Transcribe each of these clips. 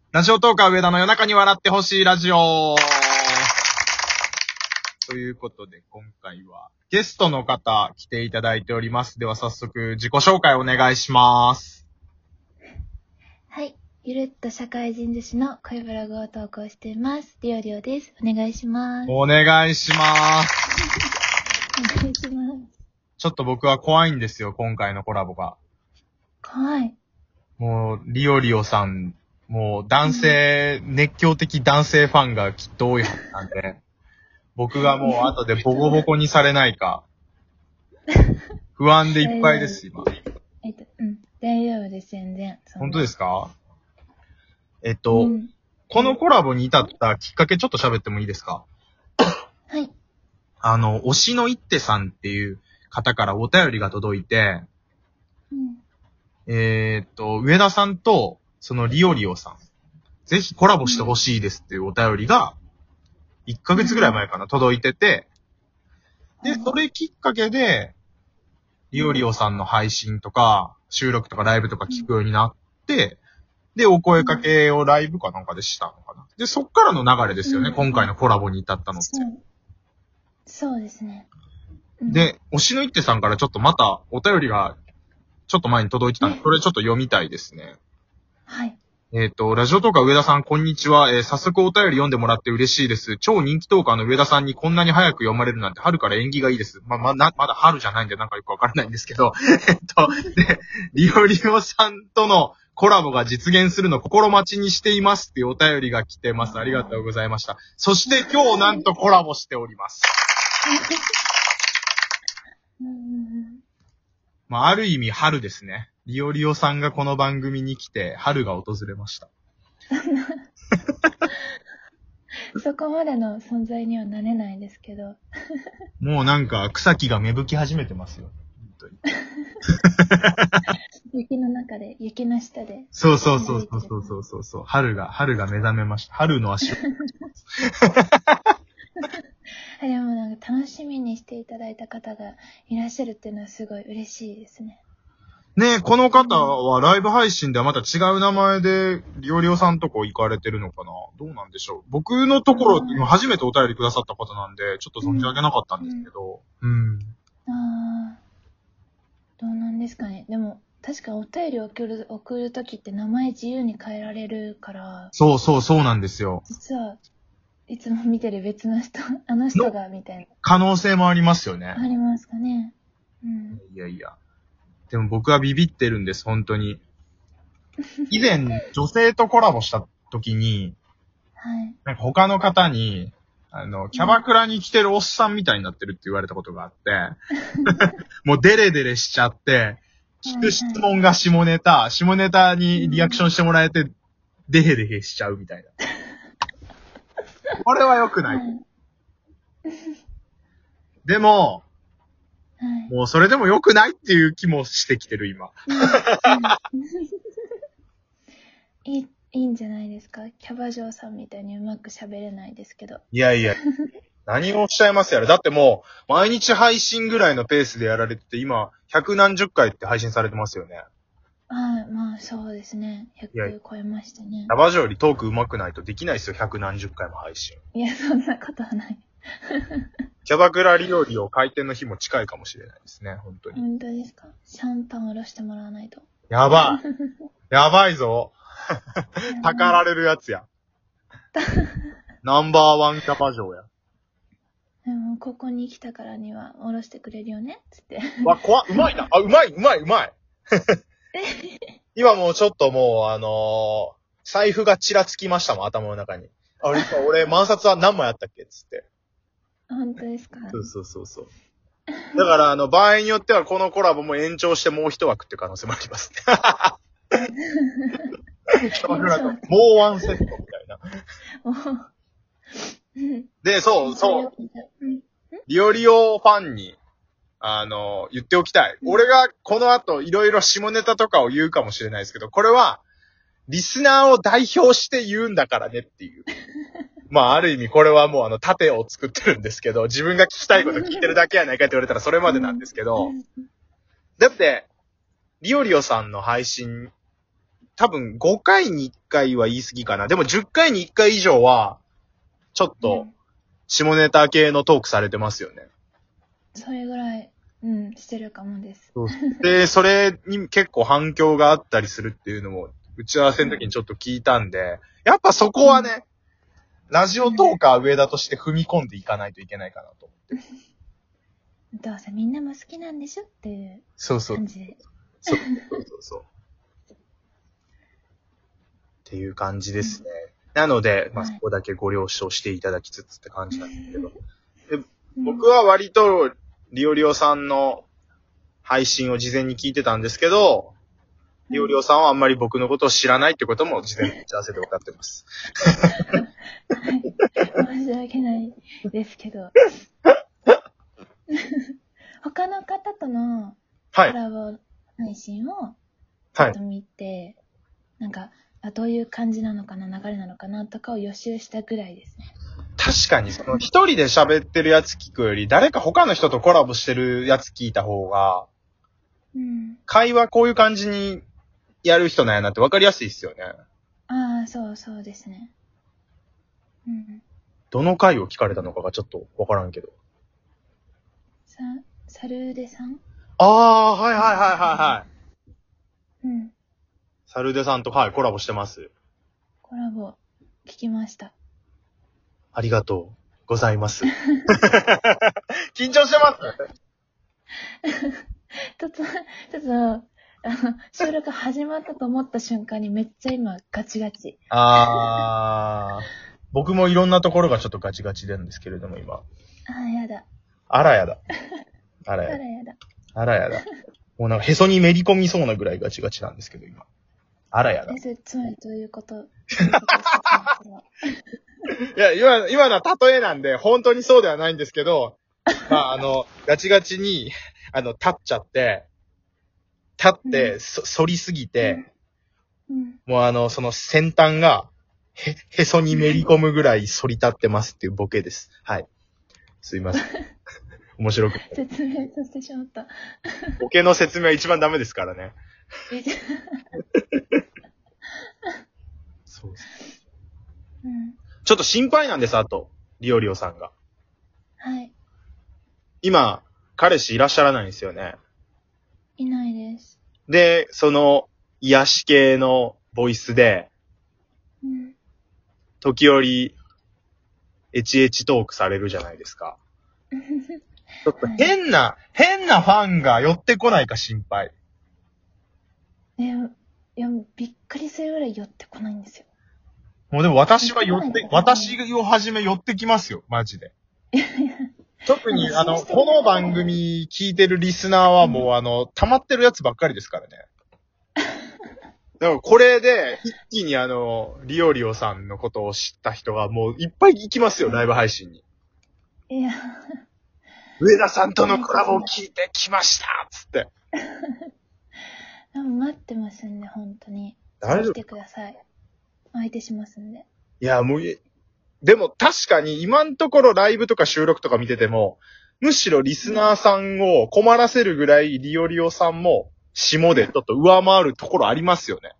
ラジオトーカー上田の夜中に笑ってほしいラジオということで、今回はゲストの方来ていただいております。では早速自己紹介お願いします。 はい。ゆるっと社会人女子の恋ブログを投稿しています。りおりおです。お願いします。 お願いします。 お願いします。 ちょっと僕は怖いんですよ、今回のコラボが。 怖い。 もう、リオリオさん、もう男性、熱狂的男性ファンがきっと多いはずなんで、僕がもう後でボコボコにされないか、不安でいっぱいです、今。 大丈夫です、全然。 本当ですか？ このコラボに至ったきっかけちょっと喋ってもいいですか？ はい。 推しの一手さんっていう方からお便りが届いて、上田さんと、そのリオリオさん、ぜひコラボしてほしいですっていうお便りが、1ヶ月ぐらい前かな、届いてて、で、それきっかけで、リオリオさんの配信とか、収録とかライブとか聞くようになって、で、お声かけをライブかなんかでしたのかな。で、そっからの流れですよね、今回のコラボに至ったのって。 そうですね。 で、推しの一手さんからちょっとまたお便りがちょっと前に届いてたんで、それちょっと読みたいですね。 はい。 ラジオトーカー上田さん、こんにちは。早速お便り読んでもらって嬉しいです。超人気トーカーの上田さんにこんなに早く読まれるなんて春から縁起がいいです。まだ春じゃないんでなんかよくわからないんですけど、で、リオリオさんとのコラボが実現するの心待ちにしていますっていうお便りが来てます。ありがとうございました。そして今日なんとコラボしております。ある意味春ですね。リオリオさんがこの番組に来て春が訪れました。 そこまでの存在にはなれないですけど。 もうなんか草木が芽吹き始めてますよ。本当に。 雪の中で、雪の下で。 そう。春が目覚めました。春の足を。 でもなんか楽しみにしていただいた方がいらっしゃるっていうのはすごい嬉しいですね。 ねえ、この方はライブ配信ではまた違う名前で、リオリオさんとこ行かれてるのかな？どうなんでしょう。僕のところ、今初めてお便りくださった方なんで、ちょっと存じ上げなかったんですけど。 どうなんですかね。でも、確かお便りを送るときって名前自由に変えられるから。 そうなんですよ。 実はいつも見てる別の人、あの人が、みたいな。 可能性もありますよね。 ありますかね。 いや。でも僕はビビってるんです、本当に。以前、女性とコラボした時に、 はい。 なんか他の方に、キャバクラに来てるおっさんみたいになってるって言われたことがあって、もうデレデレしちゃって、聞く質問が下ネタにリアクションしてもらえて、デヘデヘしちゃうみたいな。これは良くない。でも、もうそれでも良くないっていう気もしてきてる今。 いいんじゃないですか。キャバ嬢さんみたいにうまく喋れないですけど。 いや。何をおっしゃいますやろ。だってもう、毎日配信ぐらいのペースでやられてて、今、百何十回って配信されてますよね。 はい、まあそうですね。100超えましたね。 キャバ嬢よりトーク上手くないとできないですよ、百何十回も配信。 いや、そんなことはない。 キャバクラ料理を開店の日も近いかもしれないですね、本当に。 本当ですか？シャンパンおろしてもらわないと。 やばいぞ。たかられるやつや。ナンバーワンキャバ嬢や。 でも、ここに来たからには、おろしてくれるよねつって。 怖っ、うまいな。うまい。今もうちょっともう、財布がちらつきましたもん、頭の中に。俺、万札は何枚あったっけつって。 本当ですか？ そう。だから、場合によってはこのコラボも延長してもう一枠っていう可能性もありますね。もうワンセットみたいな。で、そう。リオリオファンに、言っておきたい。俺がこの後いろいろ下ネタとかを言うかもしれないですけど、これは、リスナーを代表して言うんだからねっていう。ある意味これはもう盾を作ってるんですけど、自分が聞きたいこと聞いてるだけやないかって言われたらそれまでなんですけど、だって、リオリオさんの配信多分5回に1回は言い過ぎかな。でも10回に1回以上は、ちょっと、下ネタ系のトークされてますよね。 それぐらい、してるかもです。 で、それに結構反響があったりするっていうのも、打ち合わせの時にちょっと聞いたんで、やっぱそこはね、ラジオトーカー上田として踏み込んでいかないといけないかなと思って。 どうせみんなも好きなんでしょっていうそうそう。 感じで。 そう。っていう感じですね。なので、まあ、そこだけご了承していただきつつって感じなんですけど。で僕は割と、リオリオさんの配信を事前に聞いてたんですけど、リオリオさんはあんまり僕のことを知らないってことも事前に打ち合わせで分かってます。 はい。申し訳ないですけど。他の方とのコラボ配信をちょっと見て、なんか、どういう感じなのかな、流れなのかなとかを予習したぐらいですね。 確かに、その一人で喋ってるやつ聞くより、誰か他の人とコラボしてるやつ聞いた方が、会話こういう感じにやる人なんやなって分かりやすいっすよね。 ああ、そうですね。 どの回を聞かれたのかがちょっと分からんけど。 サルデさん？ ああ、はい。サルデさんと、コラボしてます。 コラボ、聞きました。 ありがとうございます。緊張してますちょっと、収録始まったと思った瞬間にめっちゃ今ガチガチ。 僕もいろんなところがちょっとガチガチなんですけれども、今。 やだ。 あらやだ。もうなんかへそにめり込みそうなぐらいガチガチなんですけど、今。あらやだ。 つまりどういうこといや、今のは例えなんで、本当にそうではないんですけど、まあ、ガチガチに、立っちゃって、反りすぎて、もうその先端が、へそにめり込むぐらい反り立ってますっていうボケです。はい。すいません。面白くて。 説明させてしまった。 ボケの説明は一番ダメですからね。そうです。ちょっと心配なんです、あと。リオリオさんが。 はい。 今、彼氏いらっしゃらないんですよね。 いないです。 で、その、癒し系のボイスで、時折、エチエチトークされるじゃないですか。ちょっと変なファンが寄ってこないか心配。 いや、びっくりするぐらい寄ってこないんですよ。 もうでも私をはじめ寄ってきますよ、マジで。特に、この番組聞いてるリスナーはもう溜まってるやつばっかりですからね。だからこれで、一気にリオリオさんのことを知った人がもういっぱい行きますよ、ライブ配信に。 いや。 上田さんとのコラボを聞いてきましたつって。 でも待ってますんで、本当に。 大丈夫？ 来てください。相手しますんで。 いや、もう、でも確かに今のところライブとか収録とか見てても、むしろリスナーさんを困らせるぐらいリオリオさんも下でちょっと上回るところありますよね。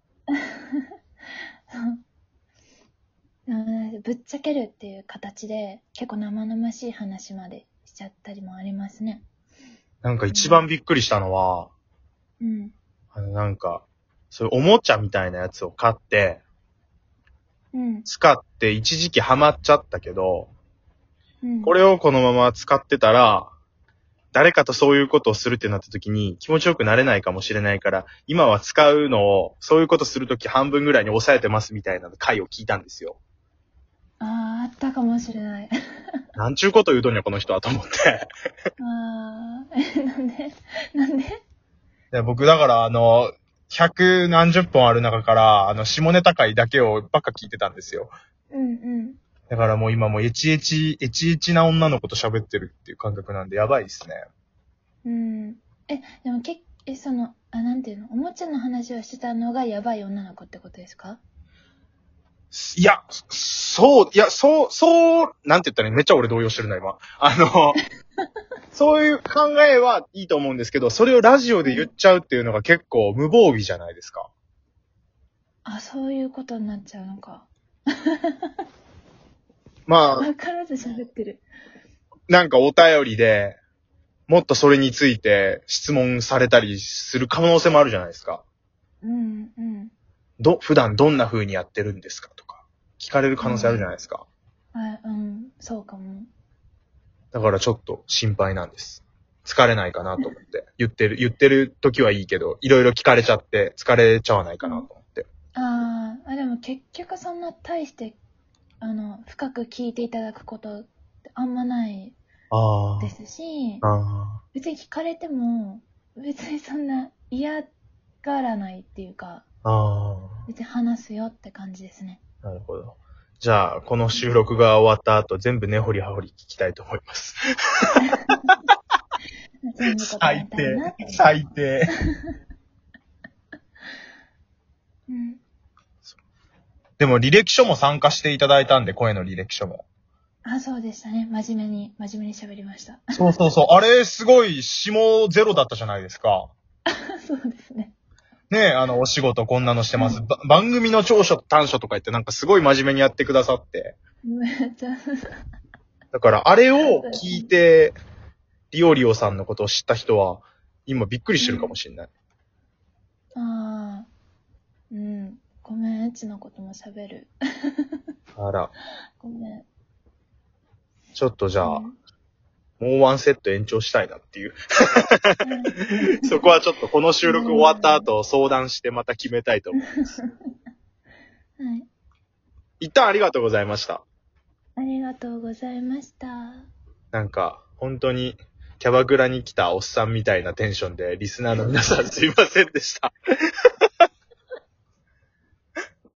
ぶっちゃけるっていう形で結構生々しい話までしちゃったりもありますね。 なんか一番びっくりしたのは、なんか、そういうおもちゃみたいなやつを買って、使って一時期ハマっちゃったけど、これをこのまま使ってたら、誰かとそういうことをするってなった時に気持ちよくなれないかもしれないから、今は使うのを、そういうことするとき半分ぐらいに抑えてますみたいな回を聞いたんですよ。 あったかもしれない。 なんちゅうこと言うとんや、この人はと思って。 なんでいや僕だから百何十本ある中から、下ネタ回だけをばっか聞いてたんですよ。だからもう今もエチエチな女の子と喋ってるっていう感覚なんでやばいですね。 でもなんていうの、おもちゃの話をしてたのがやばい女の子ってことですか？ いや、なんて言ったらいい？めっちゃ俺動揺してるな、今。そういう考えはいいと思うんですけど、それをラジオで言っちゃうっていうのが結構無防備じゃないですか。 あ、そういうことになっちゃうのか。 まあ、 わからず喋ってる。 なんかお便りで、もっとそれについて質問されたりする可能性もあるじゃないですか。 うんうん。 普段どんな風にやってるんですかとか、聞かれる可能性あるじゃないですか。 そうかも。 だからちょっと心配なんです。疲れないかなと思って。言ってる時はいいけど、いろいろ聞かれちゃって疲れちゃわないかなと思って。 でも結局そんな大して、深く聞いていただくことってあんまないですし、別に聞かれても、別にそんな嫌がらないっていうか、別に話すよって感じですね。 なるほど。じゃあ、この収録が終わった後、全部根掘り葉掘り聞きたいと思います。 全部答えたいなって。 最低。 うん。 でも履歴書も参加していただいたんで、声の履歴書も。 そうでしたね。真面目に喋りました。 そうそうそう。あれ、すごい、下ゼロだったじゃないですか。 そうですね。 ねえ、お仕事こんなのしてます。番組の長所と短所とか言ってなんかすごい真面目にやってくださって。 めっちゃ。 だから、あれを聞いて、リオリオさんのことを知った人は、今びっくりしてるかもしれない。 うん。ごめん、エッチのことも喋る。 あら。 ごめん。 ちょっとじゃあ、もうワンセット延長したいなっていう。そこはちょっとこの収録終わった後相談してまた決めたいと思います。はい。一旦ありがとうございました。 ありがとうございました。 なんか、本当に、キャバクラに来たおっさんみたいなテンションで、リスナーの皆さんすいませんでした。